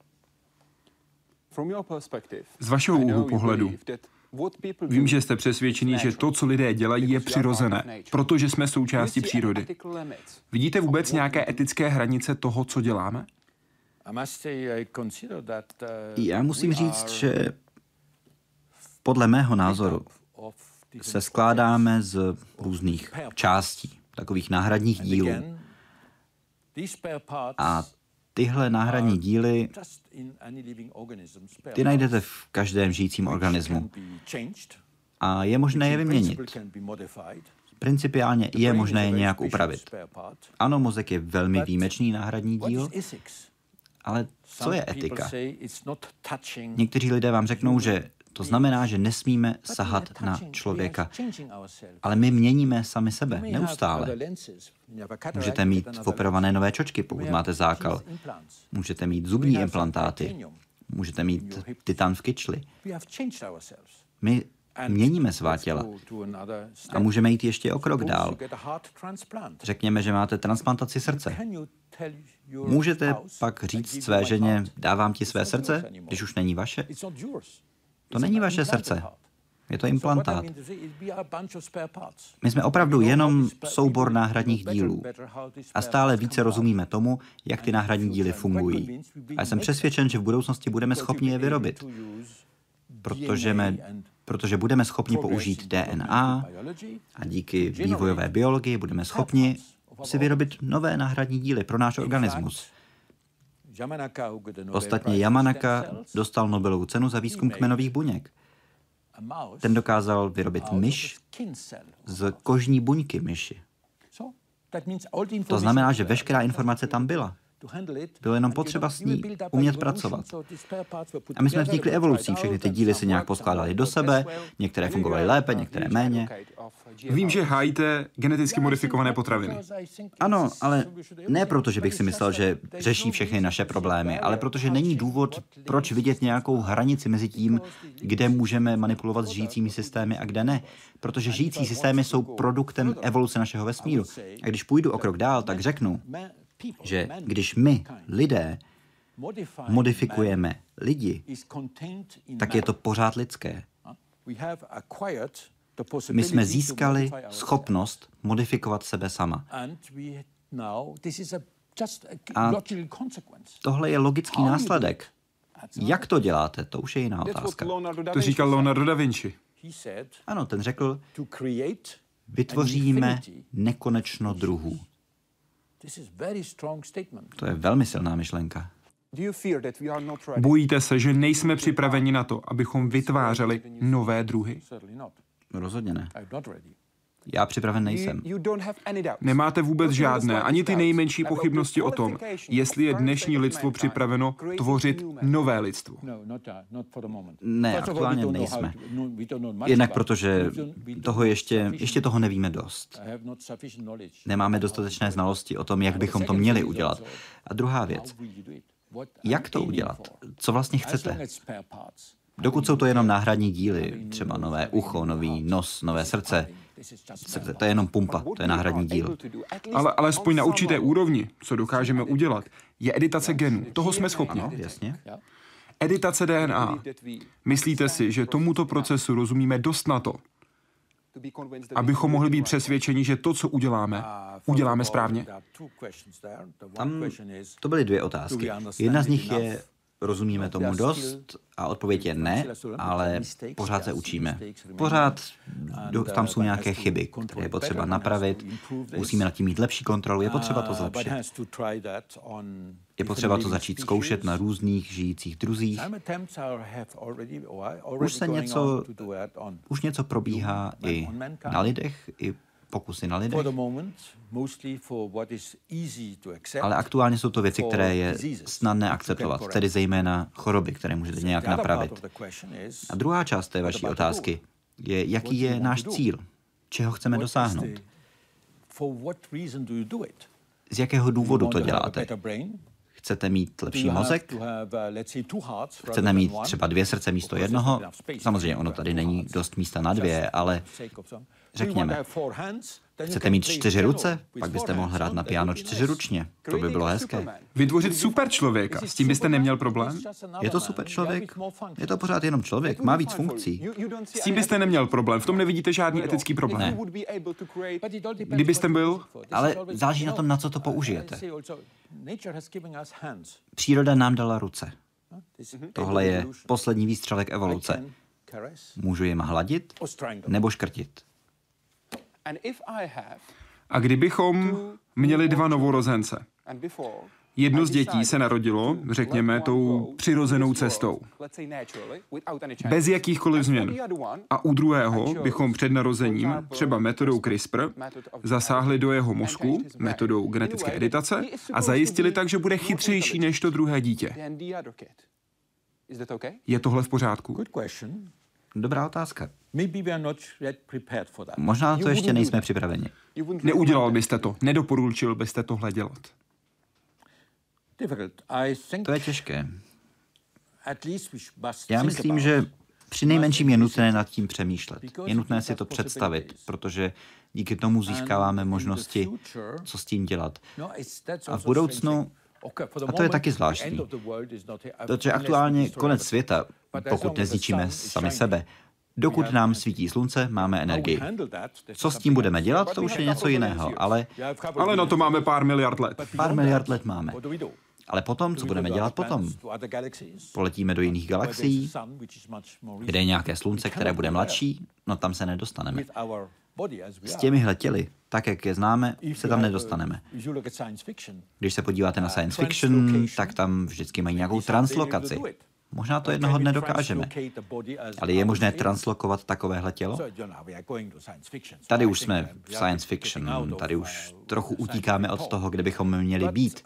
Z vašeho úhlu pohledu, vím, že jste přesvědčený, že to, co lidé dělají, je přirozené, protože jsme součástí přírody. Vidíte vůbec nějaké etické hranice toho, co děláme? Já musím říct, že podle mého názoru se skládáme z různých částí, takových náhradních dílů. A Tyhle náhradní díly, ty najdete v každém žijícím organismu a je možné je vyměnit. Principiálně je možné je nějak upravit. Ano, mozek je velmi výjimečný náhradní díl, ale co je etika? Někteří lidé vám řeknou, že to znamená, že nesmíme sahat na člověka, ale my měníme sami sebe neustále. Můžete mít operované nové čočky, pokud máte zákal. Můžete mít zubní implantáty. Můžete mít titan v kyčli. My měníme svá těla. A můžeme jít ještě o krok dál. Řekněme, že máte transplantaci srdce. Můžete pak říct své ženě, dávám ti své srdce, když už není vaše? To není vaše srdce. Je to implantát. My jsme opravdu jenom soubor náhradních dílů. A stále více rozumíme tomu, jak ty náhradní díly fungují. A jsem přesvědčen, že v budoucnosti budeme schopni je vyrobit. Protože budeme schopni použít DNA a díky vývojové biologii budeme schopni si vyrobit nové náhradní díly pro náš organismus. Ostatně Yamanaka dostal Nobelovu cenu za výzkum kmenových buněk. Ten dokázal vyrobit myš z kožní buňky myši. To znamená, že veškerá informace tam byla. Bylo jenom potřeba s ní umět pracovat. A my jsme vznikli evolucí. Všechny ty díly se nějak poskládaly do sebe, některé fungovaly lépe, některé méně. Vím, že hájíte geneticky modifikované potraviny. Ano, ale ne proto, že bych si myslel, že řeší všechny naše problémy, ale protože není důvod, proč vidět nějakou hranici mezi tím, kde můžeme manipulovat s žijícími systémy a kde ne. Protože žijící systémy jsou produktem evoluce našeho vesmíru. A když půjdu o krok dál, tak řeknu, že když my, lidé, modifikujeme lidi, tak je to pořád lidské. My jsme získali schopnost modifikovat sebe sama. A tohle je logický následek. Jak to děláte, to už je jiná otázka. To říkal Leonardo da Vinci. Ano, ten řekl, vytvoříme nekonečno druhů. To je velmi silná myšlenka. Bojíte se, že nejsme připraveni na to, abychom vytvářeli nové druhy? Rozhodně ne. Já připraven nejsem. Nemáte vůbec žádné, ani ty nejmenší pochybnosti o tom, jestli je dnešní lidstvo připraveno tvořit nové lidstvo? Ne, aktuálně nejsme. Jednak protože toho ještě toho nevíme dost. Nemáme dostatečné znalosti o tom, jak bychom to měli udělat. A druhá věc. Jak to udělat? Co vlastně chcete? Dokud jsou to jenom náhradní díly, třeba nové ucho, nový nos, nové srdce, to je jenom pumpa, to je náhradní díl. Ale alespoň na určité úrovni, co dokážeme udělat, je editace genů. Toho jsme schopni. Ano, jasně. Editace DNA. Myslíte si, že tomuto procesu rozumíme dost na to, abychom mohli být přesvědčeni, že to, co uděláme, uděláme správně? Tam to byly dvě otázky. Jedna z nich je, rozumíme tomu dost? A odpověď je ne, ale pořád se učíme. Pořád tam jsou nějaké chyby, které je potřeba napravit, musíme nad tím mít lepší kontrolu, je potřeba to zlepšit. Je potřeba to začít zkoušet na různých žijících druzích. Už něco probíhá i na lidech, i pokusy na lidech. Ale aktuálně jsou to věci, které je snadné akceptovat, tedy zejména choroby, které můžete nějak napravit. A druhá část té vaší otázky je, jaký je náš cíl, čeho chceme dosáhnout. Z jakého důvodu to děláte? Chcete mít lepší mozek? Chcete mít třeba 2 srdce místo 1? Samozřejmě ono tady není dost místa na 2, ale řekněme, chcete mít 4 ruce? Pak byste mohl hrát na piano 4ručně. To by bylo hezké. Vytvořit super člověka, s tím byste neměl problém? Je to super člověk? Je to pořád jenom člověk, má víc funkcí. S tím byste neměl problém, v tom nevidíte žádný etický problém. Ne. Kdybyste byl? Ale záleží na tom, na co to použijete. Příroda nám dala ruce. Tohle je poslední výstřelek evoluce. Můžu jim hladit nebo škrtit. A kdybychom měli 2 novorozence, Jedno z dětí se narodilo, řekněme, tou přirozenou cestou. Bez jakýchkoliv změn. A u druhého bychom před narozením, třeba metodou CRISPR, zasáhli do jeho mozku, metodou genetické editace, a zajistili tak, že bude chytřejší než to druhé dítě. Je tohle v pořádku? Dobrá otázka. Možná to ještě nejsme připraveni. Neudělal byste to, nedoporučil byste tohle dělat. To je těžké. Já myslím, že při nejmenším je nutné nad tím přemýšlet. Je nutné si to představit, protože díky tomu získáváme možnosti, co s tím dělat. A v budoucnu, a to je taky zvláštní, protože aktuálně konec světa, pokud nezničíme sami sebe. Dokud nám svítí slunce, máme energii. Co s tím budeme dělat, to už je něco jiného, ale na to máme pár miliard let. Pár miliard let máme. Ale potom, co budeme dělat potom? Poletíme do jiných galaxií, kde je nějaké slunce, které bude mladší, no tam se nedostaneme. S těmihle těly, tak jak je známe, se tam nedostaneme. Když se podíváte na science fiction, tak tam vždycky mají nějakou translokaci. Možná to jednoho dne dokážeme. Ale je možné translokovat takovéhle tělo? Tady už jsme v science fiction, tady už trochu utíkáme od toho, kde bychom měli být.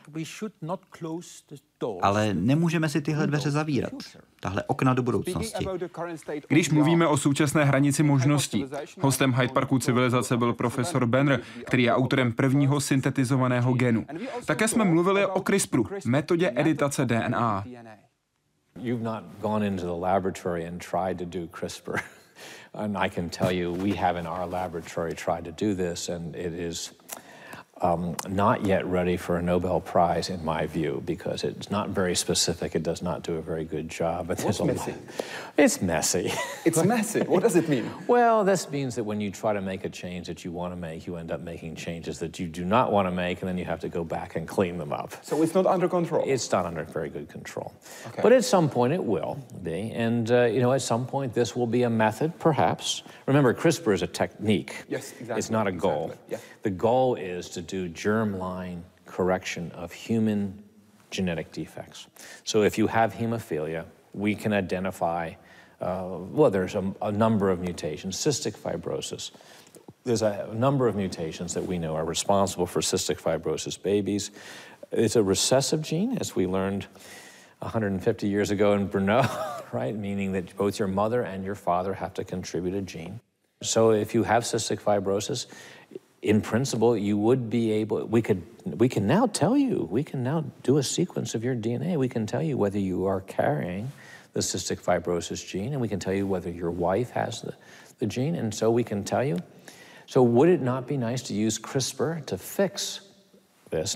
Ale nemůžeme si tyhle dveře zavírat. Tahle okna do budoucnosti. Když mluvíme o současné hranici možností, hostem Hyde Parku civilizace byl profesor Benner, který je autorem prvního syntetizovaného genu. Také jsme mluvili o CRISPRu, metodě editace DNA. You've not gone into the laboratory and tried to do CRISPR. And I can tell you, we have in our laboratory tried to do this, and it is not yet ready for a Nobel Prize, in my view, because it's not very specific. It does not do a very good job. But What's messy? It's messy. It's messy. What does it mean? Well, this means that when you try to make a change that you want to make, you end up making changes that you do not want to make, and then you have to go back and clean them up. So it's not under control? It's not under very good control. Okay. But at some point it will be. And, at some point this will be a method, perhaps. Remember, CRISPR is a technique. Yes, exactly. It's not a goal. Exactly. Yeah. The goal is to do germline correction of human genetic defects. So if you have hemophilia, we can identify, there's a number of mutations. Cystic fibrosis. There's a number of mutations that we know are responsible for cystic fibrosis babies. It's a recessive gene, as we learned 150 years ago in Brno, right? Meaning that both your mother and your father have to contribute a gene. So if you have cystic fibrosis, in principle, you would be able, we can now tell you, we can now do a sequence of your DNA. We can tell you whether you are carrying the cystic fibrosis gene, and we can tell you whether your wife has the gene, and so we can tell you. So would it not be nice to use CRISPR to fix this?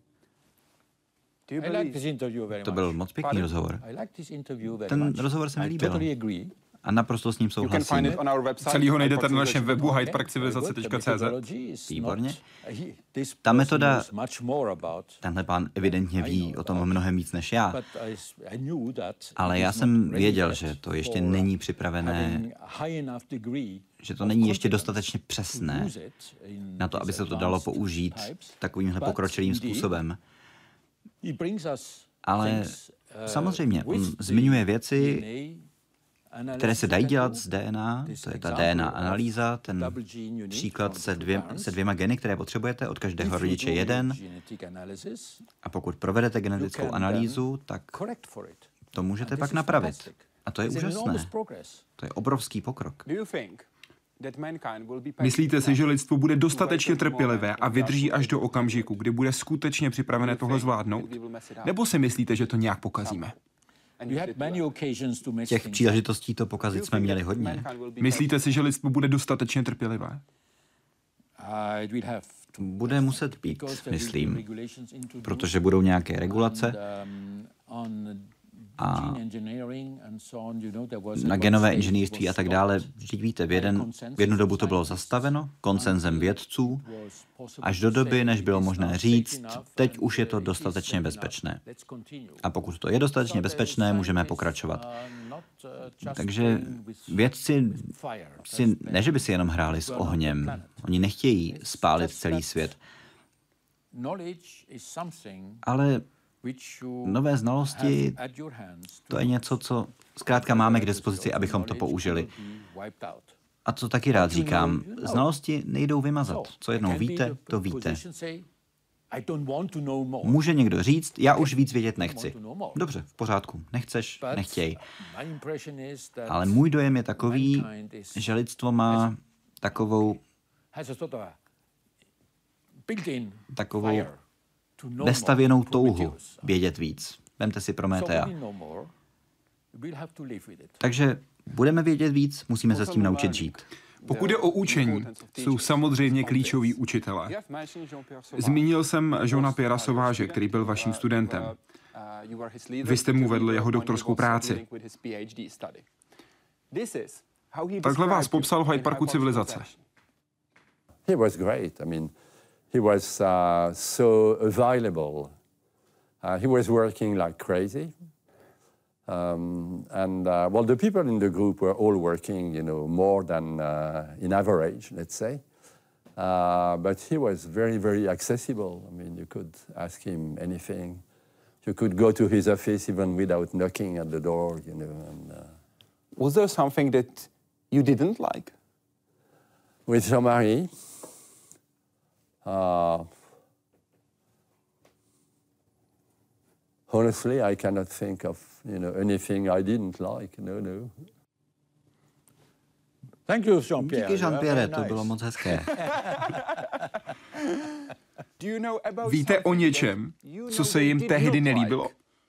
To byl moc pěkný rozhovor. Ten rozhovor se mi líbil. A naprosto s ním souhlasím. Celý ho najdete na našem webu hydeparkcivilizace.cz. Výborně. Ta metoda, tenhle pán evidentně ví o tom mnohem víc než já, ale já jsem věděl, že to ještě není připravené, že to není ještě dostatečně přesné na to, aby se to dalo použít takovýmhle pokročilým způsobem. Ale samozřejmě, on zmiňuje věci, které se dají dělat z DNA, to je ta DNA analýza, ten příklad se dvěma geny, které potřebujete, od každého rodiče jeden. A pokud provedete genetickou analýzu, tak to můžete pak napravit. A to je úžasné. To je obrovský pokrok. Myslíte si, že lidstvo bude dostatečně trpělivé a vydrží až do okamžiku, kdy bude skutečně připravené tohle zvládnout? Nebo si myslíte, že to nějak pokazíme? Těch příležitostí to pokazit jsme měli hodně. Myslíte si, že lidstvo bude dostatečně trpělivé? Bude muset být, myslím, protože budou nějaké regulace a na genové inženýrství a tak dále. Vždyť víte, v jednu dobu to bylo zastaveno konsenzem vědců, až do doby, než bylo možné říct, teď už je to dostatečně bezpečné. A pokud to je dostatečně bezpečné, můžeme pokračovat. Takže vědci ne, že by si jenom hráli s ohněm. Oni nechtějí spálit celý svět. Ale nové znalosti, to je něco, co zkrátka máme k dispozici, abychom to použili. A co taky rád říkám, znalosti nejdou vymazat. Co jednou víte, to víte. Může někdo říct, já už víc vědět nechci. Dobře, v pořádku, nechceš, nechtěj. Ale můj dojem je takový, že lidstvo má takovou vestavěnou touhu vědět víc. Vemte si Prometea. Takže budeme vědět víc, musíme se s tím naučit žít. Pokud jde o učení, jsou samozřejmě klíčoví učitelé. Zmínil jsem Jeana Pierra Sauvage, který byl vaším studentem. Vy jste mu vedl jeho doktorskou práci. Takhle vás popsal v Hyde Parku civilizace. He was great. I mean, he was so available. He was working like crazy. Well, the people in the group were all working, more than in average, let's say. But he was very, very accessible. I mean, you could ask him anything. You could go to his office even without knocking at the door, Was there something that you didn't like? With Jean-Marie, honestly, I cannot think of anything I didn't like. No. Thank you, Jean-Pierre. Díky, Jean-Pierre, to bylo moc hezké. Víte o něčem, co se jim tehdy nelíbilo?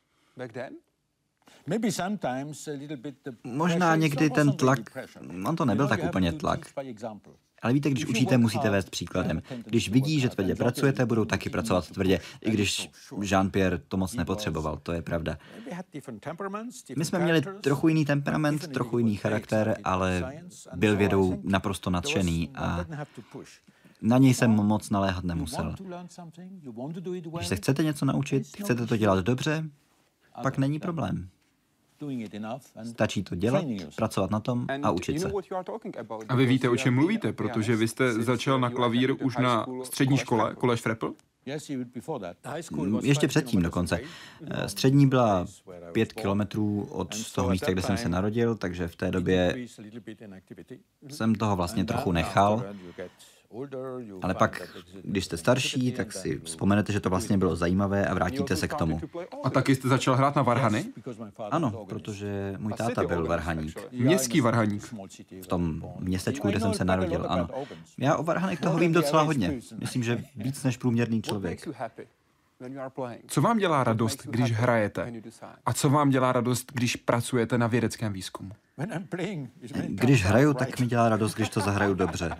Možná někdy ten tlak, on to nebyl tak úplně tlak. Ale víte, když učíte, musíte vést příkladem. Když vidí, že tvrdě pracujete, budou taky pracovat tvrdě, i když Jean-Pierre to moc nepotřeboval, to je pravda. My jsme měli trochu jiný temperament, trochu jiný charakter, ale byl vědou naprosto nadšený a na něj jsem moc naléhat nemusel. Když se chcete něco naučit, chcete to dělat dobře, pak není problém. Stačí to dělat, pracovat na tom a učit se. A vy víte, o čem mluvíte, protože vy jste začal na klavír už na střední škole, Collège Frepel? Ještě předtím dokonce. Střední byla 5 kilometrů od toho místa, kde jsem se narodil, takže v té době jsem toho vlastně trochu nechal. Ale pak, když jste starší, tak si vzpomenete, že to vlastně bylo zajímavé a vrátíte se k tomu. A taky jste začal hrát na varhany? Ano, protože můj táta byl varhaník. Městský varhaník. V tom městečku, kde jsem se narodil, ano. Já o varhanech toho vím docela hodně. Myslím, že víc než průměrný člověk. Co vám dělá radost, když hrajete? A co vám dělá radost, když pracujete na vědeckém výzkumu? Když hraju, tak mi dělá radost, když to zahraju dobře.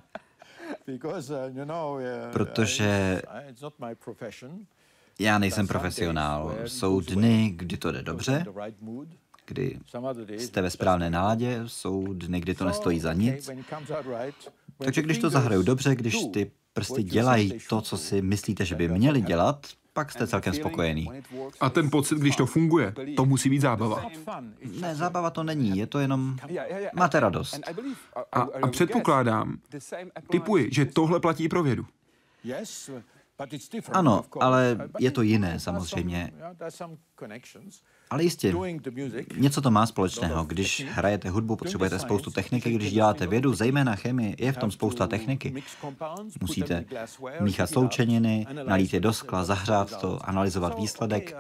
Protože já nejsem profesionál. Jsou dny, kdy to jde dobře, kdy jste ve správné náladě, jsou dny, kdy to nestojí za nic. Takže když to zahraju dobře, když ty prsty dělají to, co si myslíte, že by měli dělat, pak jste celkem spokojený. A ten pocit, když to funguje, to musí být zábava. Ne, zábava to není, je to jenom... Máte radost. A předpokládám, tipuji, že tohle platí pro vědu. Ano, ale je to jiné samozřejmě. Ale jistě, něco to má společného. Když hrajete hudbu, potřebujete spoustu techniky, když děláte vědu, zejména chemii, je v tom spousta techniky. Musíte míchat sloučeniny, nalít je do skla, zahřát to, analyzovat výsledek.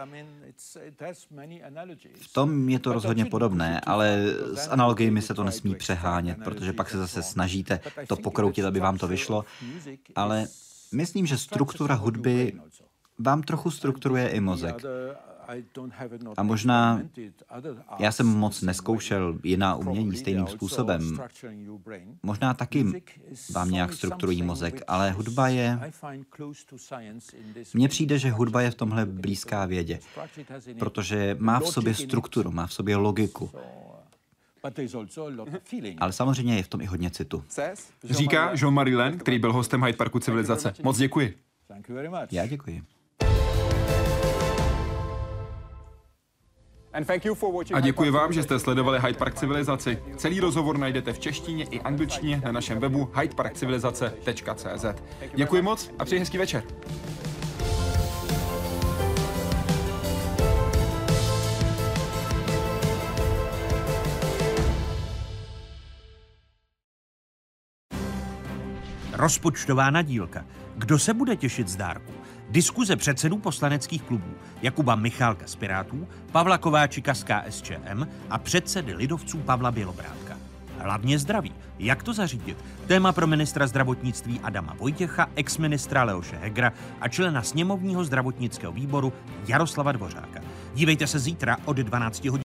V tom je to rozhodně podobné, ale s analogiemi se to nesmí přehánět, protože pak se zase snažíte to pokroutit, aby vám to vyšlo, ale myslím, že struktura hudby vám trochu strukturuje i mozek. A možná já jsem moc neskoušel jiná umění stejným způsobem. Možná taky vám nějak strukturují mozek, ale hudba je... Mně přijde, že hudba je v tomhle blízká vědě, protože má v sobě strukturu, má v sobě logiku. Ale samozřejmě je v tom i hodně citu. Říká Jean-Marie Le, který byl hostem Hyde Parku civilizace. Moc děkuji. Já děkuji. A děkuji vám, že jste sledovali Hyde Park civilizaci. Celý rozhovor najdete v češtině i angličtině na našem webu hydeparkcivilizace.cz. Děkuji moc a přeji hezký večer. Rozpočtová nadílka. Kdo se bude těšit z dárku? Diskuze předsedů poslaneckých klubů Jakuba Michálka z Pirátů, Pavla Kováčika z KSČM a předsedy lidovců Pavla Bělobrádka. Hlavně zdraví. Jak to zařídit? Téma pro ministra zdravotnictví Adama Vojtěcha, exministra Leoše Hegera a člena sněmovního zdravotnického výboru Jaroslava Dvořáka. Dívejte se zítra od 12 hodin.